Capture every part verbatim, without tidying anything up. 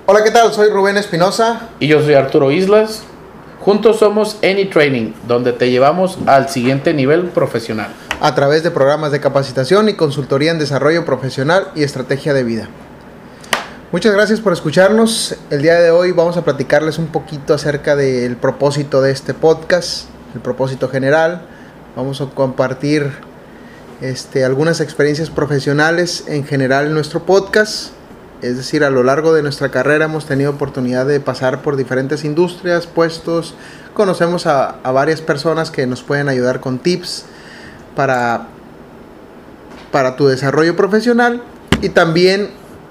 Hola, ¿qué tal? Soy Rubén Espinosa. Y yo soy Arturo Islas. Juntos somos AnyTraining, donde te llevamos al siguiente nivel profesional. A través de programas de capacitación y consultoría en desarrollo profesional y estrategia de vida. Muchas gracias por escucharnos. El día de hoy vamos a platicarles un poquito acerca del propósito de este podcast, el propósito general. Vamos a compartir este, algunas experiencias profesionales en general en nuestro podcast. Es decir, a lo largo de nuestra carrera hemos tenido oportunidad de pasar por diferentes industrias, puestos. Conocemos a, a varias personas que nos pueden ayudar con tips para, para tu desarrollo profesional. Y también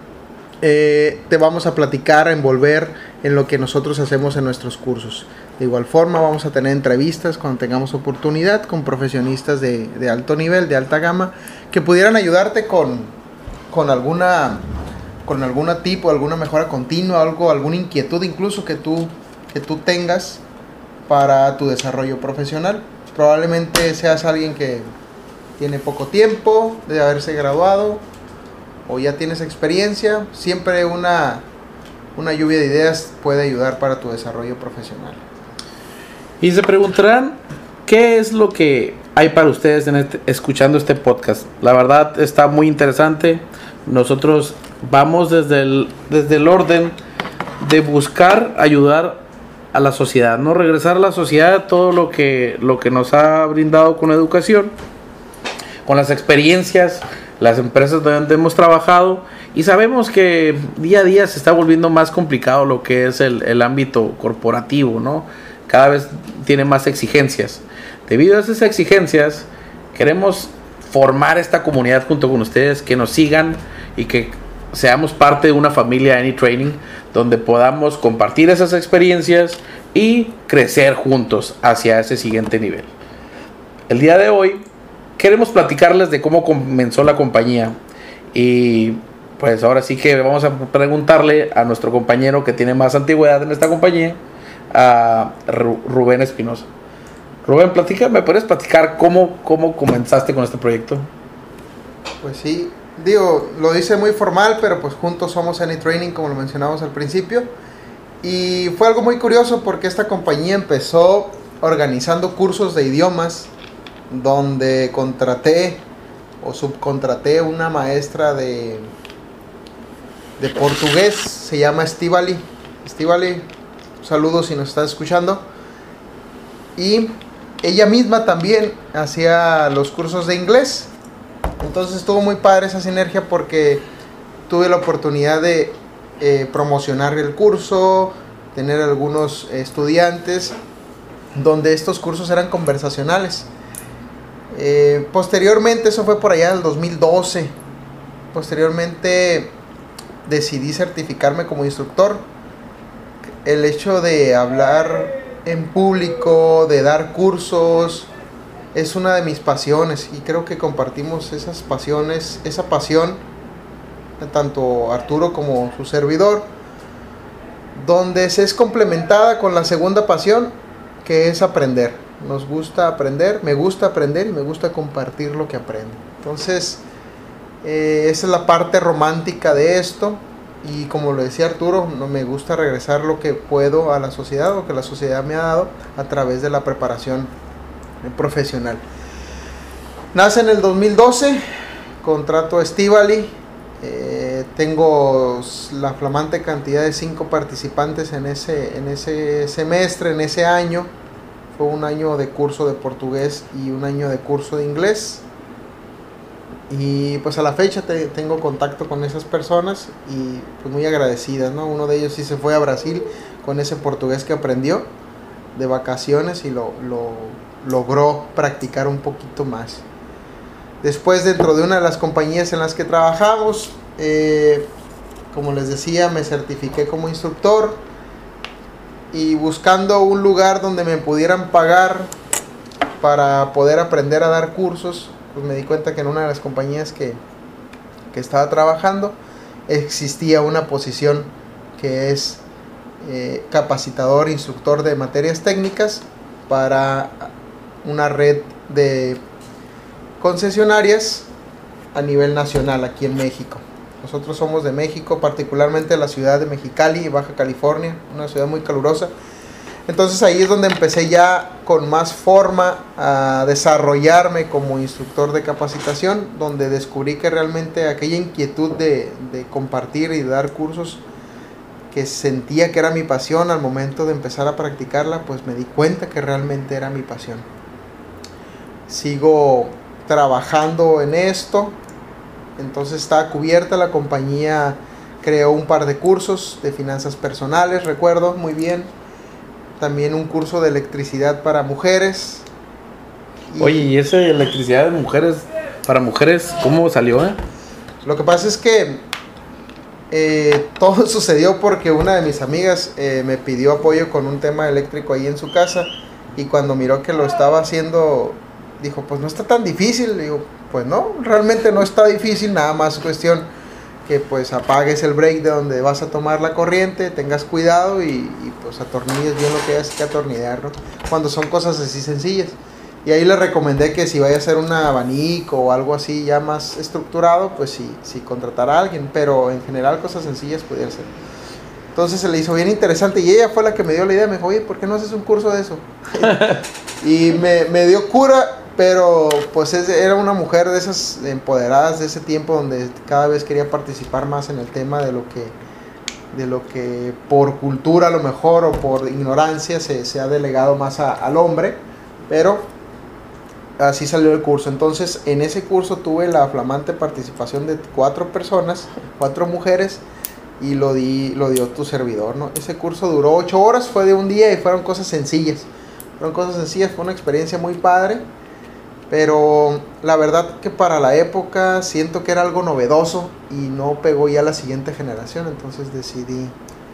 eh, te vamos a platicar, a envolver en lo que nosotros hacemos en nuestros cursos. De igual forma vamos a tener entrevistas cuando tengamos oportunidad con profesionistas de, de alto nivel, de alta gama, que pudieran ayudarte con, con alguna... con alguna tipo, alguna mejora continua, algo, alguna inquietud incluso que tú, que tú tengas para tu desarrollo profesional. Probablemente seas alguien que tiene poco tiempo de haberse graduado o ya tienes experiencia. Siempre una, una lluvia de ideas puede ayudar para tu desarrollo profesional. Y se preguntarán, ¿qué es lo que hay para ustedes en este, escuchando este podcast? La verdad está muy interesante. Nosotros vamos desde el, desde el orden de buscar ayudar a la sociedad, no regresar a la sociedad todo lo que, lo que nos ha brindado con educación, con las experiencias, las empresas donde hemos trabajado, y sabemos que día a día se está volviendo más complicado lo que es el, el ámbito corporativo, ¿no? Cada vez tiene más exigencias. Debido a esas exigencias, queremos formar esta comunidad junto con ustedes, que nos sigan y que seamos parte de una familia AnyTraining, donde podamos compartir esas experiencias y crecer juntos hacia ese siguiente nivel. El día de hoy queremos platicarles de cómo comenzó la compañía, y pues ahora sí que vamos a preguntarle a nuestro compañero que tiene más antigüedad en esta compañía, a Rubén Espinosa. Rubén, platica, ¿me puedes platicar cómo, cómo comenzaste con este proyecto? Pues sí, digo, lo dice muy formal, pero pues juntos somos AnyTraining, como lo mencionamos al principio. Y fue algo muy curioso porque esta compañía empezó organizando cursos de idiomas, donde contraté o subcontraté una maestra de, de portugués, se llama Estivali. Estivali, saludos si nos estás escuchando. Y ella misma también hacía los cursos de inglés. Entonces estuvo muy padre esa sinergia porque tuve la oportunidad de eh, promocionar el curso, tener algunos estudiantes donde estos cursos eran conversacionales. Eh, posteriormente, eso fue por allá en el dos mil doce, posteriormente decidí certificarme como instructor. El hecho de hablar en público, de dar cursos, es una de mis pasiones, y creo que compartimos esas pasiones, esa pasión, tanto Arturo como su servidor, donde se es complementada con la segunda pasión, que es aprender. Nos gusta aprender, me gusta aprender y me gusta compartir lo que aprendo. Entonces, eh, esa es la parte romántica de esto. Y como lo decía Arturo, no me gusta regresar lo que puedo a la sociedad, lo que la sociedad me ha dado a través de la preparación profesional. Nace en el dos mil doce, contrato a Estivali. Eh, tengo la flamante cantidad de cinco participantes en ese, en ese semestre, en ese año. Fue un año de curso de portugués y un año de curso de inglés. Y pues a la fecha te, tengo contacto con esas personas y pues muy agradecidas, ¿no? Uno de ellos sí se fue a Brasil con ese portugués que aprendió de vacaciones y lo, lo logró practicar un poquito más. Después, dentro de una de las compañías en las que trabajamos, eh, como les decía, me certifiqué como instructor, y buscando un lugar donde me pudieran pagar para poder aprender a dar cursos, pues me di cuenta que en una de las compañías que, que estaba trabajando existía una posición que es eh, capacitador, instructor de materias técnicas para una red de concesionarias a nivel nacional aquí en México. Nosotros somos de México, particularmente de la ciudad de Mexicali, Baja California, una ciudad muy calurosa. Entonces ahí es donde empecé ya con más forma a desarrollarme como instructor de capacitación, donde descubrí que realmente aquella inquietud de, de compartir y de dar cursos, que sentía que era mi pasión, al momento de empezar a practicarla, pues me di cuenta que realmente era mi pasión. Sigo trabajando en esto, entonces está cubierta. La compañía creó un par de cursos de finanzas personales, recuerdo muy bien. También un curso de electricidad para mujeres. Y oye, ¿y esa electricidad de mujeres para mujeres cómo salió? Eh? Lo que pasa es que eh, todo sucedió porque una de mis amigas eh, me pidió apoyo con un tema eléctrico ahí en su casa, y cuando miró que lo estaba haciendo, dijo, pues no está tan difícil. Le digo, pues no, realmente no está difícil, nada más cuestión que pues apagues el break de donde vas a tomar la corriente, tengas cuidado y, y pues atornilles bien lo que hayas que atornillar, ¿no? Cuando son cosas así sencillas. Y ahí le recomendé que si vaya a hacer un abanico o algo así ya más estructurado, pues sí, sí contratara a alguien, pero en general cosas sencillas pudiera ser. Entonces se le hizo bien interesante y ella fue la que me dio la idea. Me dijo, oye, ¿por qué no haces un curso de eso? Y me, me dio cura. Pero pues es, era una mujer de esas empoderadas de ese tiempo, donde cada vez quería participar más en el tema de lo que, de lo que por cultura a lo mejor o por ignorancia se, se ha delegado más a, al hombre. Pero así salió el curso. Entonces en ese curso tuve la flamante participación de cuatro personas, cuatro mujeres, y lo, di, lo dio tu servidor, ¿no? Ese curso duró ocho horas, fue de un día y fueron cosas sencillas. Fueron cosas sencillas, fue una experiencia muy padre. Pero la verdad que para la época siento que era algo novedoso y no pegó ya la siguiente generación. Entonces decidí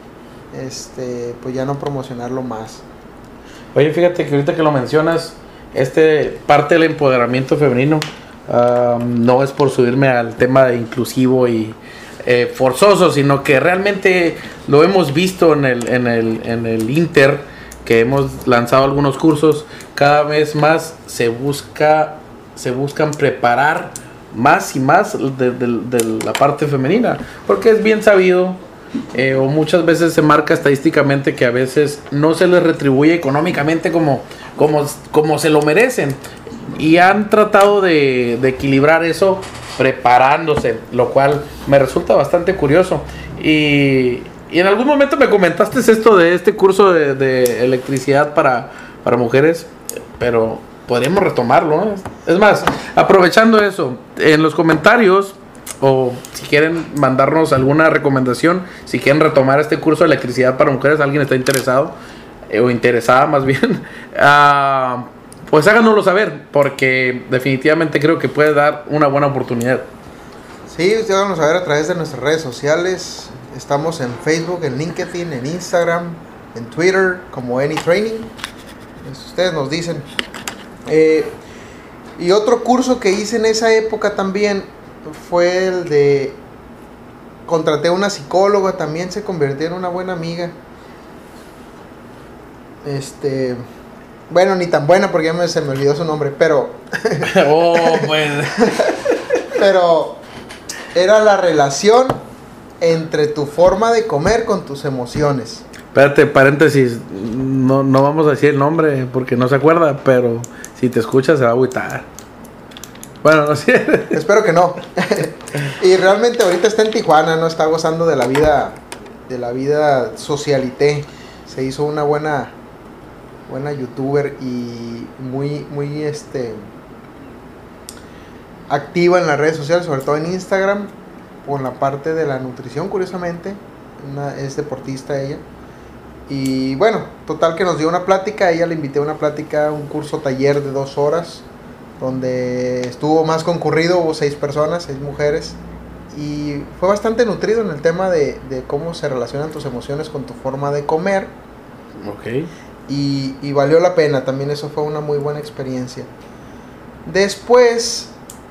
este, pues ya no promocionarlo más. Oye, fíjate que ahorita que lo mencionas, este parte del empoderamiento femenino, uh, no es por subirme al tema de inclusivo y eh, forzoso, sino que realmente lo hemos visto en el, en el, en el Inter, que hemos lanzado algunos cursos. Cada vez más se busca se buscan preparar más y más de, de, de la parte femenina, porque es bien sabido, eh, o muchas veces se marca estadísticamente que a veces no se les retribuye económicamente como, como, como se lo merecen, y han tratado de, de equilibrar eso preparándose, lo cual me resulta bastante curioso. Y, y en algún momento me comentaste esto de este curso de, de electricidad para, para mujeres, pero podríamos retomarlo, ¿no? Es más, aprovechando eso, en los comentarios, o si quieren mandarnos alguna recomendación, si quieren retomar este curso de electricidad para mujeres, alguien está interesado, eh, o interesada más bien, uh, pues háganoslo saber, porque definitivamente creo que puede dar una buena oportunidad. Sí, ustedes háganos saber a través de nuestras redes sociales. Estamos en Facebook, en LinkedIn, en Instagram, en Twitter, como AnyTraining. Ustedes nos dicen. Eh, y otro curso que hice en esa época también fue el de... Contraté a una psicóloga, también se convirtió en una buena amiga. Este... Bueno, ni tan buena porque ya me, se me olvidó su nombre, pero... oh, pues... pero era la relación entre tu forma de comer con tus emociones. Espérate, paréntesis, no, no vamos a decir el nombre porque no se acuerda, pero si te escucha se va a agüitar. Bueno, no sé. Espero que no. Y realmente ahorita está en Tijuana, no está gozando de la vida, de la vida socialité. Se hizo una buena, buena youtuber y muy, muy este, activa en las redes sociales, sobre todo en Instagram, con la parte de la nutrición, curiosamente. Una, es deportista ella. Y bueno, total que nos dio una plática, a ella le invité a una plática, un curso taller de dos horas, donde estuvo más concurrido, hubo seis personas, seis mujeres, y fue bastante nutrido en el tema de, de cómo se relacionan tus emociones con tu forma de comer. Ok. Y, y valió la pena, también eso fue una muy buena experiencia. Después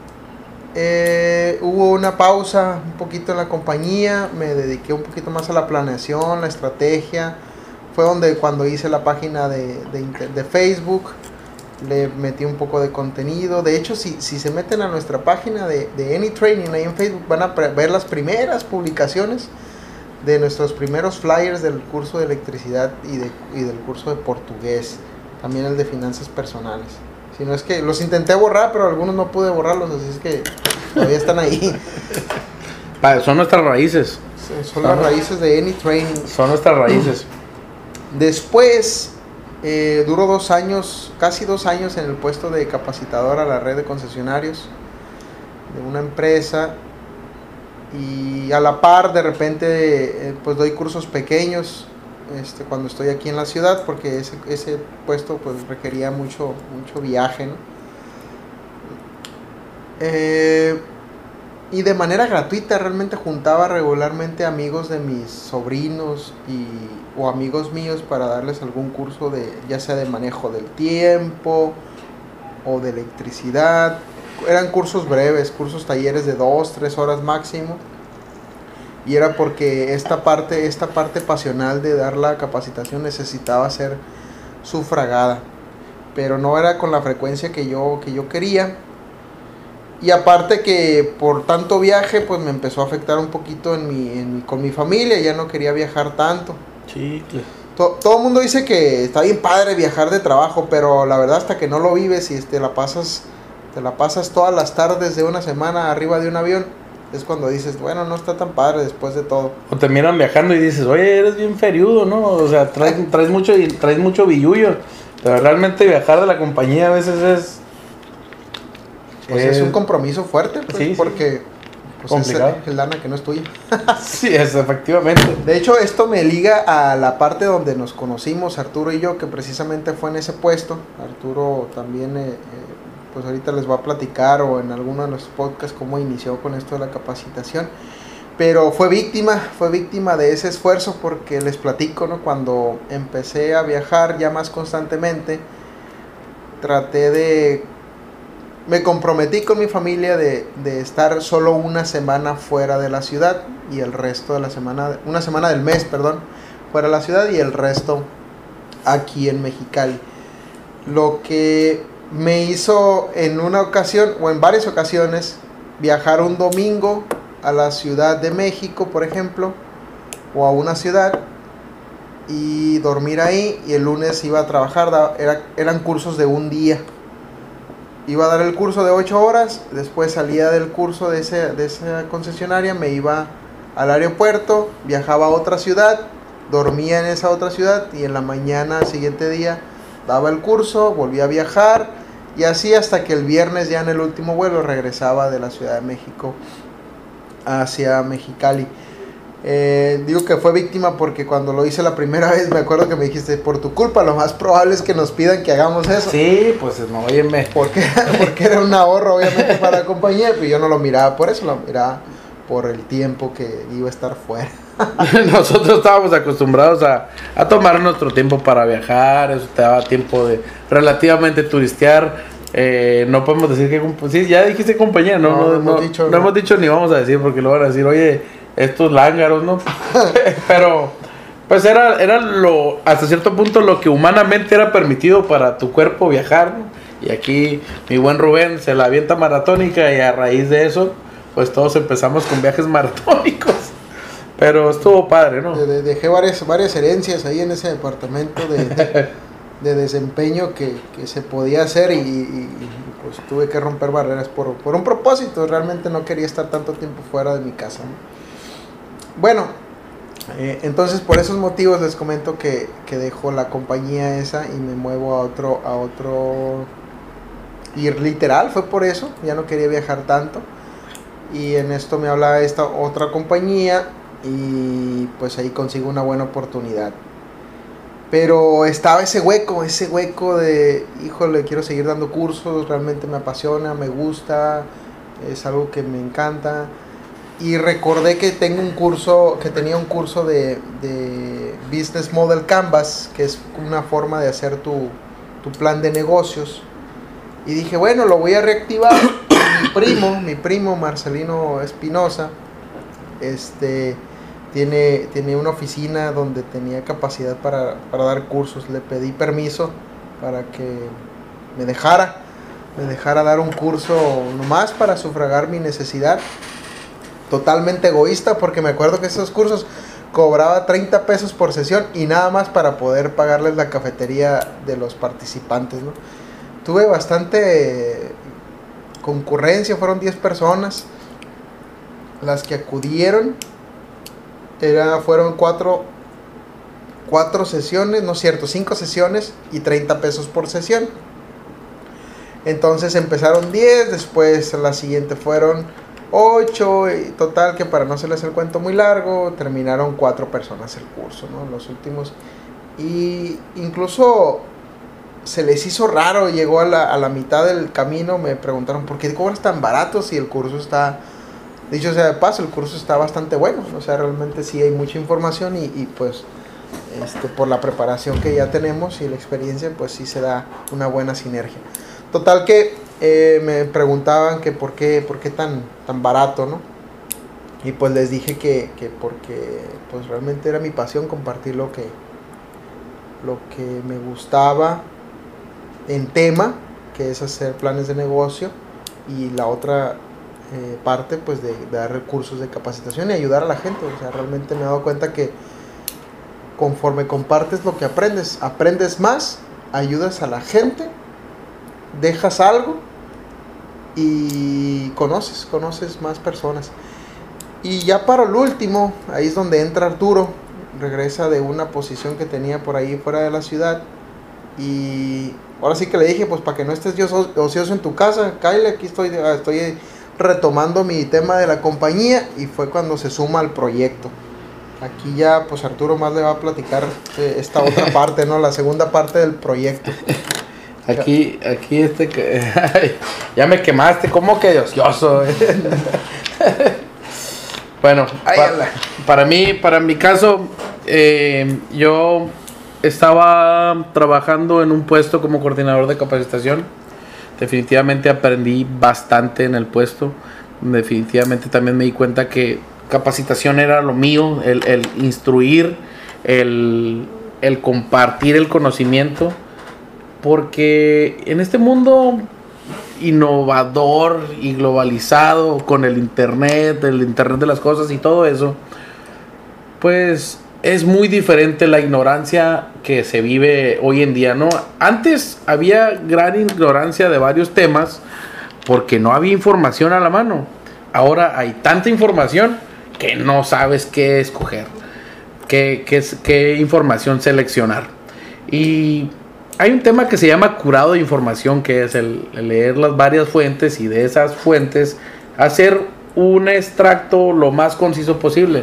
eh, hubo una pausa un poquito en la compañía, me dediqué un poquito más a la planeación, la estrategia. Fue donde cuando hice la página de, de, de Facebook, le metí un poco de contenido. De hecho, si, si se meten a nuestra página de, de AnyTraining ahí en Facebook, van a pre- ver las primeras publicaciones de nuestros primeros flyers del curso de electricidad y, de, y del curso de portugués, también el de finanzas personales. Si no es que los intenté borrar, pero algunos no pude borrarlos, así es que todavía están ahí. Son nuestras raíces. Son las raíces de AnyTraining. Son nuestras raíces. Después, eh, duró dos años, casi dos años en el puesto de capacitador a la red de concesionarios de una empresa. Y a la par, de repente, eh, pues doy cursos pequeños este, cuando estoy aquí en la ciudad, porque ese, ese puesto pues requería mucho, mucho viaje, ¿no? Eh, y de manera gratuita realmente juntaba regularmente amigos de mis sobrinos y, o amigos míos para darles algún curso de, ya sea de manejo del tiempo o de electricidad. Eran cursos breves, cursos talleres de dos, tres horas máximo. Y era porque esta parte, esta parte pasional de dar la capacitación necesitaba ser sufragada. Pero no era con la frecuencia que yo, que yo quería. Y aparte que por tanto viaje, pues me empezó a afectar un poquito en mi, en mi, con mi familia. Ya no quería viajar tanto. Sí, claro. To, todo el mundo dice que está bien padre viajar de trabajo, pero la verdad hasta que no lo vives y te la pasas... te la pasas todas las tardes de una semana arriba de un avión, es cuando dices, bueno, no está tan padre después de todo. O te miran viajando y dices, oye, eres bien feriudo, ¿no? O sea, traes, traes mucho traes mucho billullo. Pero realmente viajar de la compañía a veces es... Pues es, es un compromiso fuerte, pues, sí, porque pues, complicado. es el lana que no es tuya. Sí, es efectivamente. De hecho, esto me liga a la parte donde nos conocimos, Arturo y yo, que precisamente fue en ese puesto. Arturo también... Eh, eh, pues ahorita les va a platicar o en alguno de los podcasts cómo inició con esto de la capacitación, pero fue víctima, fue víctima de ese esfuerzo porque les platico, ¿no? Cuando empecé a viajar ya más constantemente, traté de, me comprometí con mi familia de, de estar solo una semana fuera de la ciudad y el resto de la semana, una semana del mes, perdón, fuera de la ciudad y el resto aquí en Mexicali. Lo que me hizo en una ocasión o en varias ocasiones viajar un domingo a la Ciudad de México, por ejemplo, o a una ciudad y dormir ahí, y el lunes iba a trabajar. Era, eran cursos de un día. Iba a dar el curso de ocho horas, después salía del curso de, ese, de esa concesionaria, me iba al aeropuerto, viajaba a otra ciudad, dormía en esa otra ciudad y en la mañana, al siguiente día, daba el curso, volvía a viajar y así hasta que el viernes ya en el último vuelo regresaba de la Ciudad de México hacia Mexicali. Eh, digo que fue víctima porque cuando lo hice la primera vez me acuerdo que me dijiste, por tu culpa lo más probable es que nos pidan que hagamos eso. Sí, pues no, óyeme. Porque, porque era un ahorro obviamente para la compañía, pero yo no lo miraba por eso, lo miraba por el tiempo que iba a estar fuera. Nosotros estábamos acostumbrados a, a tomar nuestro tiempo para viajar, eso te daba tiempo de relativamente turistear. Eh, no podemos decir que... Sí, ya dijiste compañía, no, no, no, hemos, no, dicho, no, no hemos dicho ni vamos a decir porque lo van a decir, oye, estos lángaros, ¿no? Pero pues era, era lo, hasta cierto punto lo que humanamente era permitido para tu cuerpo viajar, ¿no? Y aquí mi buen Rubén se la avienta maratónica y a raíz de eso, pues todos empezamos con viajes maratónicos. Pero estuvo padre, ¿no? De, de, dejé varias, varias herencias ahí en ese departamento de, de, de desempeño que, que se podía hacer y, y, y pues tuve que romper barreras por, por un propósito. Realmente no quería estar tanto tiempo fuera de mi casa, ¿no? Bueno, eh, entonces por esos motivos les comento que, que dejo la compañía esa y me muevo a otro, a otro... Y literal fue por eso, ya no quería viajar tanto. Y en esto me habla esta otra compañía y pues ahí consigo una buena oportunidad. Pero estaba ese hueco, ese hueco de, híjole, quiero seguir dando cursos, realmente me apasiona, me gusta, es algo que me encanta. Y recordé que tengo un curso, que tenía un curso de, de Business Model Canvas, que es una forma de hacer tu, tu plan de negocios. Y dije, bueno, lo voy a reactivar. Mi primo, mi primo Marcelino Espinosa, este, tiene, tiene una oficina donde tenía capacidad para, para dar cursos. Le pedí permiso para que me dejara, me dejara dar un curso nomás para sufragar mi necesidad. Totalmente egoísta, porque me acuerdo que esos cursos cobraba treinta pesos por sesión y nada más para poder pagarles la cafetería de los participantes, ¿no? Tuve bastante concurrencia, fueron diez personas las que acudieron. Era, fueron cuatro, cuatro sesiones, no es cierto, cinco sesiones y treinta pesos por sesión. Entonces empezaron diez, después la siguiente fueron ocho, y total que para no hacerles el cuento muy largo, terminaron cuatro personas el curso, ¿no? Los últimos. Y incluso se les hizo raro, llegó a la, a la mitad del camino, me preguntaron, ¿por qué cobras tan barato si el curso está, dicho sea de paso, el curso está bastante bueno? O sea, realmente sí hay mucha información y, y pues este, por la preparación que ya tenemos y la experiencia, pues sí se da una buena sinergia. Total que eh, me preguntaban que por qué, por qué tan, tan barato, ¿no? Y pues les dije que, que porque pues realmente era mi pasión compartir lo que, lo que me gustaba en tema, que es hacer planes de negocio, y la otra eh, parte pues de, de dar recursos de capacitación y ayudar a la gente. O sea, realmente me he dado cuenta que conforme compartes lo que aprendes, aprendes más, ayudas a la gente, dejas algo y conoces, conoces más personas. Y ya para el último, ahí es donde entra Arturo, regresa de una posición que tenía por ahí fuera de la ciudad, y ahora sí que le dije, pues para que no estés yo ocioso en tu casa, cállate, aquí estoy, estoy retomando mi tema de la compañía, y fue cuando se suma al proyecto. Aquí ya pues Arturo más le va a platicar eh, esta otra parte, ¿no? La segunda parte del proyecto. Aquí, aquí este, ya me quemaste, ¿cómo que de ocioso? Bueno, para, para mí, para mi caso, eh, yo estaba trabajando en un puesto como coordinador de capacitación. Definitivamente aprendí bastante en el puesto. Definitivamente también me di cuenta que capacitación era lo mío, el, el instruir, el, el compartir el conocimiento. Porque en este mundo innovador y globalizado, con el internet, el internet de las cosas y todo eso, pues es muy diferente la ignorancia que se vive hoy en día, ¿no? Antes había gran ignorancia de varios temas porque no había información a la mano. Ahora hay tanta información que no sabes qué escoger, qué, qué, qué información seleccionar. Y hay un tema que se llama curado de información, que es el, el leer las varias fuentes y de esas fuentes hacer un extracto lo más conciso posible.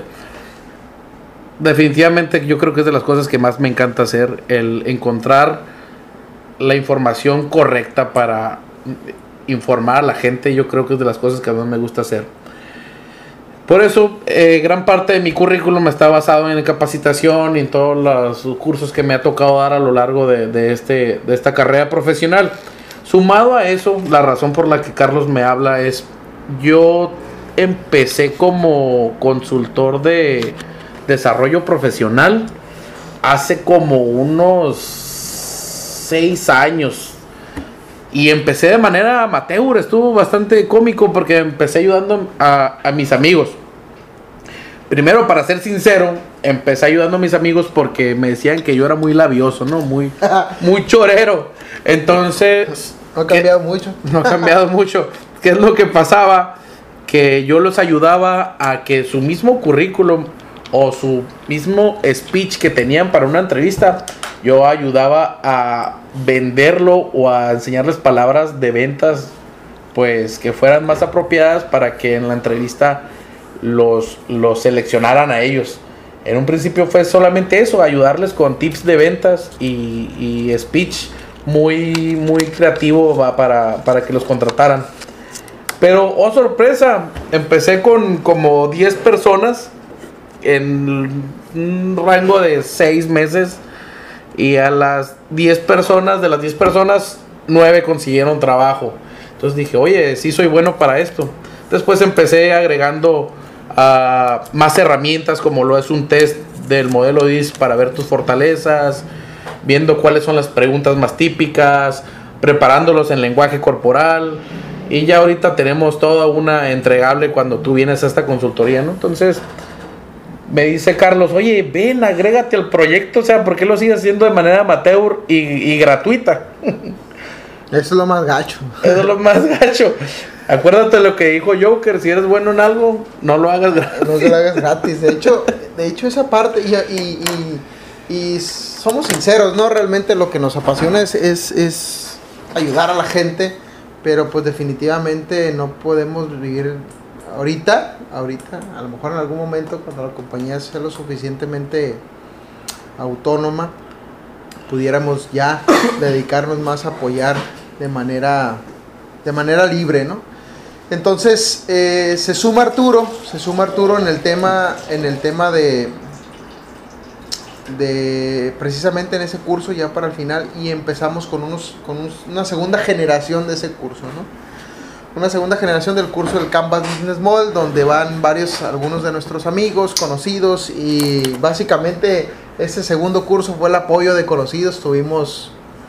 Definitivamente yo creo que es de las cosas que más me encanta hacer, el encontrar la información correcta para informar a la gente. Yo creo que es de las cosas que más me gusta hacer. Por eso, eh, gran parte de mi currículum está basado en capacitación y en todos los cursos que me ha tocado dar a lo largo de, de, este, de esta carrera profesional. Sumado a eso, la razón por la que Carlos me habla es, yo empecé como consultor de desarrollo profesional hace como unos seis años. Y empecé de manera amateur, estuvo bastante cómico porque empecé ayudando a, a mis amigos. Primero, para ser sincero, empecé ayudando a mis amigos porque me decían que yo era muy labioso, ¿no? Muy, muy chorero. Entonces... No ha cambiado ¿qué? mucho. No ha cambiado mucho. ¿Qué es lo que pasaba? Que yo los ayudaba a que su mismo currículum o su mismo speech que tenían para una entrevista, yo ayudaba a venderlo o a enseñarles palabras de ventas pues que fueran más apropiadas para que en la entrevista los, los seleccionaran a ellos. En un principio fue solamente eso, ayudarles con tips de ventas y, y speech muy, muy creativo para, para que los contrataran. Pero, oh sorpresa, empecé con como diez personas en un rango de seis meses. Y a las diez personas, de las diez personas, nueve consiguieron trabajo. Entonces dije, oye, sí soy bueno para esto. Después empecé agregando uh, más herramientas, como lo es un test del modelo D I S para ver tus fortalezas, viendo cuáles son las preguntas más típicas, preparándolos en lenguaje corporal, y ya ahorita tenemos toda una entregable cuando tú vienes a esta consultoría, ¿no? Entonces me dice Carlos, oye, ven, agrégate al proyecto, o sea, ¿por qué lo sigues haciendo de manera amateur y, y gratuita? Eso es lo más gacho. Eso es lo más gacho. Acuérdate lo que dijo Joker, si eres bueno en algo, no lo hagas gratis. No lo hagas gratis. De hecho, de hecho esa parte, y, y, y, y somos sinceros, ¿no? Realmente lo que nos apasiona es, es, es ayudar a la gente, pero pues definitivamente no podemos vivir ahorita, ahorita, a lo mejor en algún momento cuando la compañía sea lo suficientemente autónoma, pudiéramos ya dedicarnos más a apoyar de manera, de manera libre, ¿no? Entonces eh, se suma Arturo, se suma Arturo en el tema, en el tema de, de precisamente en ese curso ya para el final, y empezamos con unos, con unos, una segunda generación de ese curso, ¿no? Una segunda generación del curso del Canvas Business Model, donde van varios, algunos de nuestros amigos, conocidos, y básicamente este segundo curso fue el apoyo de conocidos. Tuvimos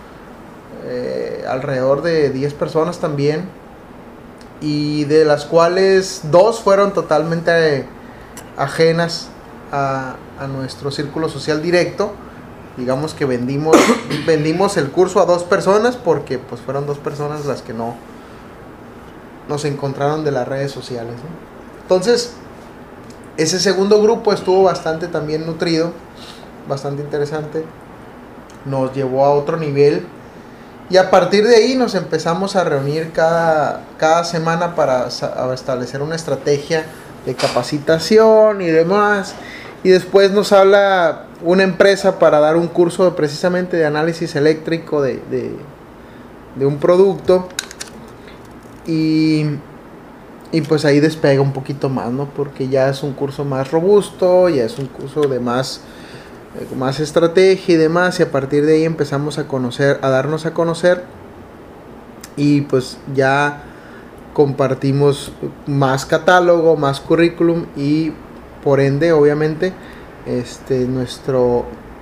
eh, alrededor de diez personas también, y de las cuales dos fueron totalmente ajenas a, a nuestro círculo social directo. Digamos que vendimos, vendimos el curso a dos personas porque pues fueron dos personas las que no nos encontraron de las redes sociales, ¿no? Entonces, ese segundo grupo estuvo bastante también nutrido, bastante interesante, nos llevó a otro nivel, y a partir de ahí nos empezamos a reunir cada, cada semana para establecer una estrategia de capacitación y demás, y después nos habla una empresa para dar un curso precisamente de análisis eléctrico de, de, de un producto. Y, y pues ahí despega un poquito más, ¿no? Porque ya es un curso más robusto, ya es un curso de más, eh, más estrategia y demás, y a partir de ahí empezamos a conocer, a darnos a conocer, y pues ya compartimos más catálogo, más currículum, y por ende, obviamente, este, nuestro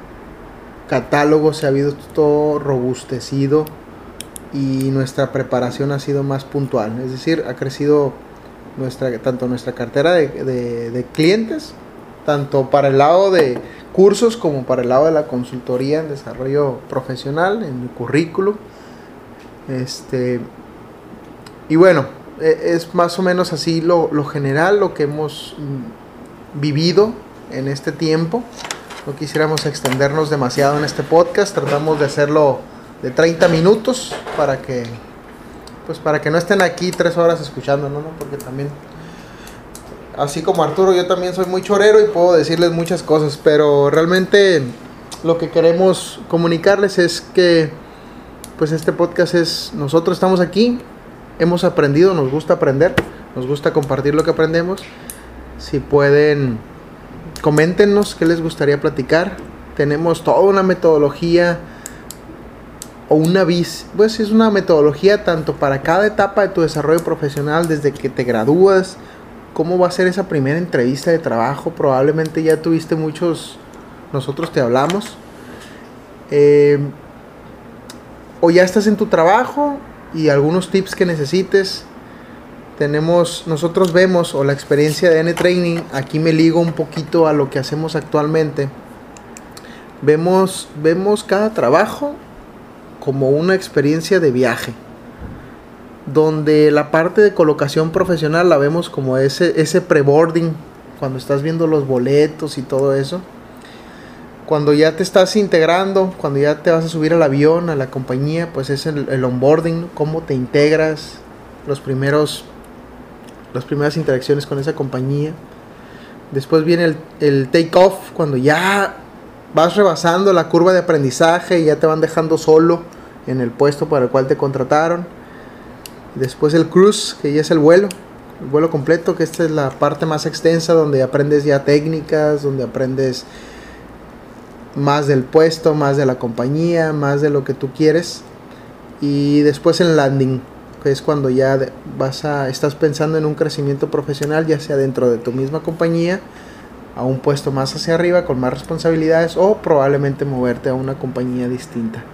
catálogo se ha visto robustecido, y nuestra preparación ha sido más puntual, es decir, ha crecido nuestra, tanto nuestra cartera de, de, de clientes, tanto para el lado de cursos como para el lado de la consultoría en desarrollo profesional, en el currículum. Este, y bueno, es más o menos así lo, lo general, lo que hemos vivido en este tiempo. No quisiéramos extendernos demasiado en este podcast, tratamos de hacerlo de treinta minutos para que pues para que no estén aquí tres horas escuchando, ¿no? ¿no? Porque también, así como Arturo, yo también soy muy chorero y puedo decirles muchas cosas, pero realmente lo que queremos comunicarles es que pues este podcast es, nosotros estamos aquí, hemos aprendido, nos gusta aprender, nos gusta compartir lo que aprendemos. Si pueden, coméntenos qué les gustaría platicar. Tenemos toda una metodología o una vis, pues es una metodología tanto para cada etapa de tu desarrollo profesional, desde que te gradúas, cómo va a ser esa primera entrevista de trabajo. Probablemente ya tuviste muchos, nosotros te hablamos, eh, o ya estás en tu trabajo y algunos tips que necesites. Tenemos, nosotros vemos, o la experiencia de N Training, aquí me ligo un poquito a lo que hacemos actualmente. Vemos, vemos cada trabajo como una experiencia de viaje, donde la parte de colocación profesional la vemos como ese, ese pre-boarding, cuando estás viendo los boletos y todo eso. Cuando ya te estás integrando, cuando ya te vas a subir al avión, a la compañía, pues es el, el onboarding, cómo te integras, los primeros, las primeras interacciones con esa compañía. Después viene el, el take-off, cuando ya vas rebasando la curva de aprendizaje y ya te van dejando solo en el puesto para el cual te contrataron. Después el cruise, que ya es el vuelo, el vuelo completo, que esta es la parte más extensa, donde aprendes ya técnicas, donde aprendes más del puesto, más de la compañía, más de lo que tú quieres. Y después el landing, que es cuando ya vas a, estás pensando en un crecimiento profesional, ya sea dentro de tu misma compañía, a un puesto más hacia arriba, con más responsabilidades, o probablemente moverte a una compañía distinta.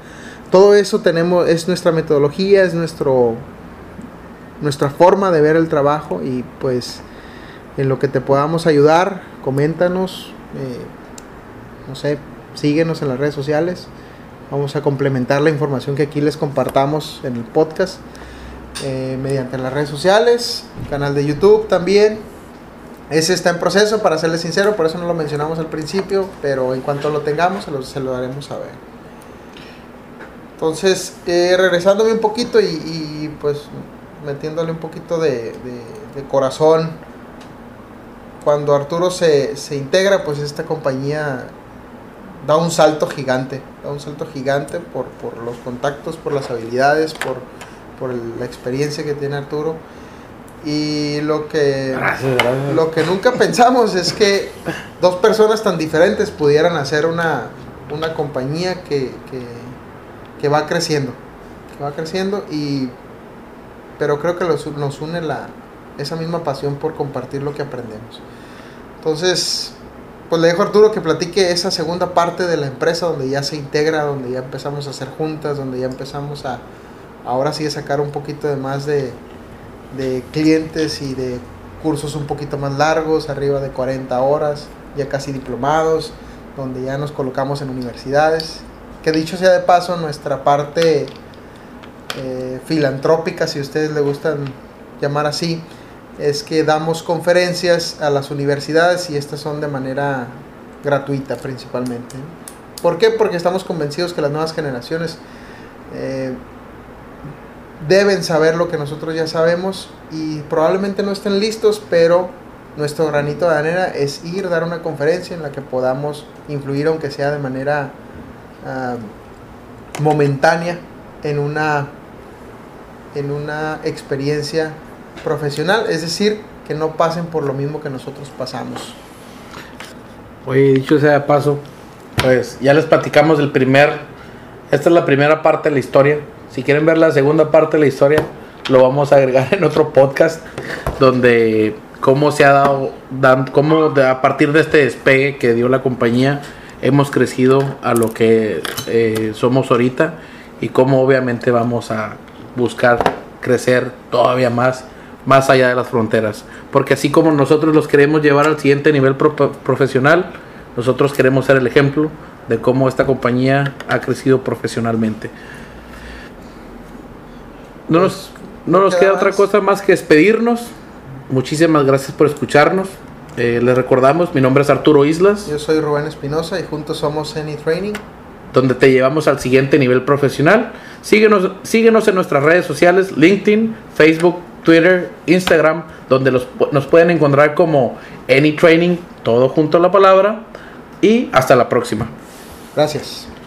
todo eso tenemos, es nuestra metodología, es nuestro, nuestra forma de ver el trabajo, y pues en lo que te podamos ayudar, coméntanos, eh, no sé, síguenos en las redes sociales. Vamos a complementar la información que aquí les compartamos en el podcast eh, mediante las redes sociales, canal de YouTube también. Ese está en proceso, para serles sincero, por eso no lo mencionamos al principio, pero en cuanto lo tengamos se lo, se lo daremos a ver. Entonces, eh, regresándome un poquito y, y pues metiéndole un poquito de, de, de corazón, cuando Arturo se, se integra, pues esta compañía da un salto gigante, da un salto gigante por, por los contactos, por las habilidades, por, por el, la experiencia que tiene Arturo. Y lo que, gracias, gracias. lo que nunca pensamos es que dos personas tan diferentes pudieran hacer una, una compañía que, que, que va creciendo, que va creciendo y, pero creo que los, nos une la, esa misma pasión por compartir lo que aprendemos. Entonces, pues le dejo a Arturo que platique esa segunda parte de la empresa donde ya se integra, donde ya empezamos a hacer juntas, donde ya empezamos a, ahora sí, a sacar un poquito de más de de clientes y de cursos un poquito más largos, arriba de cuarenta horas, ya casi diplomados, donde ya nos colocamos en universidades, que dicho sea de paso, nuestra parte eh, filantrópica, si ustedes le gustan llamar así, es que damos conferencias a las universidades y estas son de manera gratuita principalmente. ¿Por qué? Porque estamos convencidos que las nuevas generaciones eh, deben saber lo que nosotros ya sabemos y probablemente no estén listos, pero nuestro granito de arena es ir, dar una conferencia en la que podamos influir, aunque sea de manera uh, momentánea, en una, en una experiencia profesional, es decir, que no pasen por lo mismo que nosotros pasamos. Oye, dicho sea de paso, pues ya les platicamos el primer, esta es la primera parte de la historia. Si quieren ver la segunda parte de la historia, lo vamos a agregar en otro podcast, donde cómo se ha dado, dan, cómo de, a partir de este despegue que dio la compañía, hemos crecido a lo que eh, somos ahorita y cómo obviamente vamos a buscar crecer todavía más, más allá de las fronteras. Porque así como nosotros los queremos llevar al siguiente nivel pro, profesional, nosotros queremos ser el ejemplo de cómo esta compañía ha crecido profesionalmente. No nos, no nos queda otra cosa más que despedirnos. Muchísimas gracias por escucharnos. Eh, les recordamos, mi nombre es Arturo Islas. Yo soy Rubén Espinosa y juntos somos AnyTraining, donde te llevamos al siguiente nivel profesional. Síguenos, síguenos en nuestras redes sociales, LinkedIn, Facebook, Twitter, Instagram, donde los, nos pueden encontrar como AnyTraining, todo junto a la palabra. Y hasta la próxima. Gracias.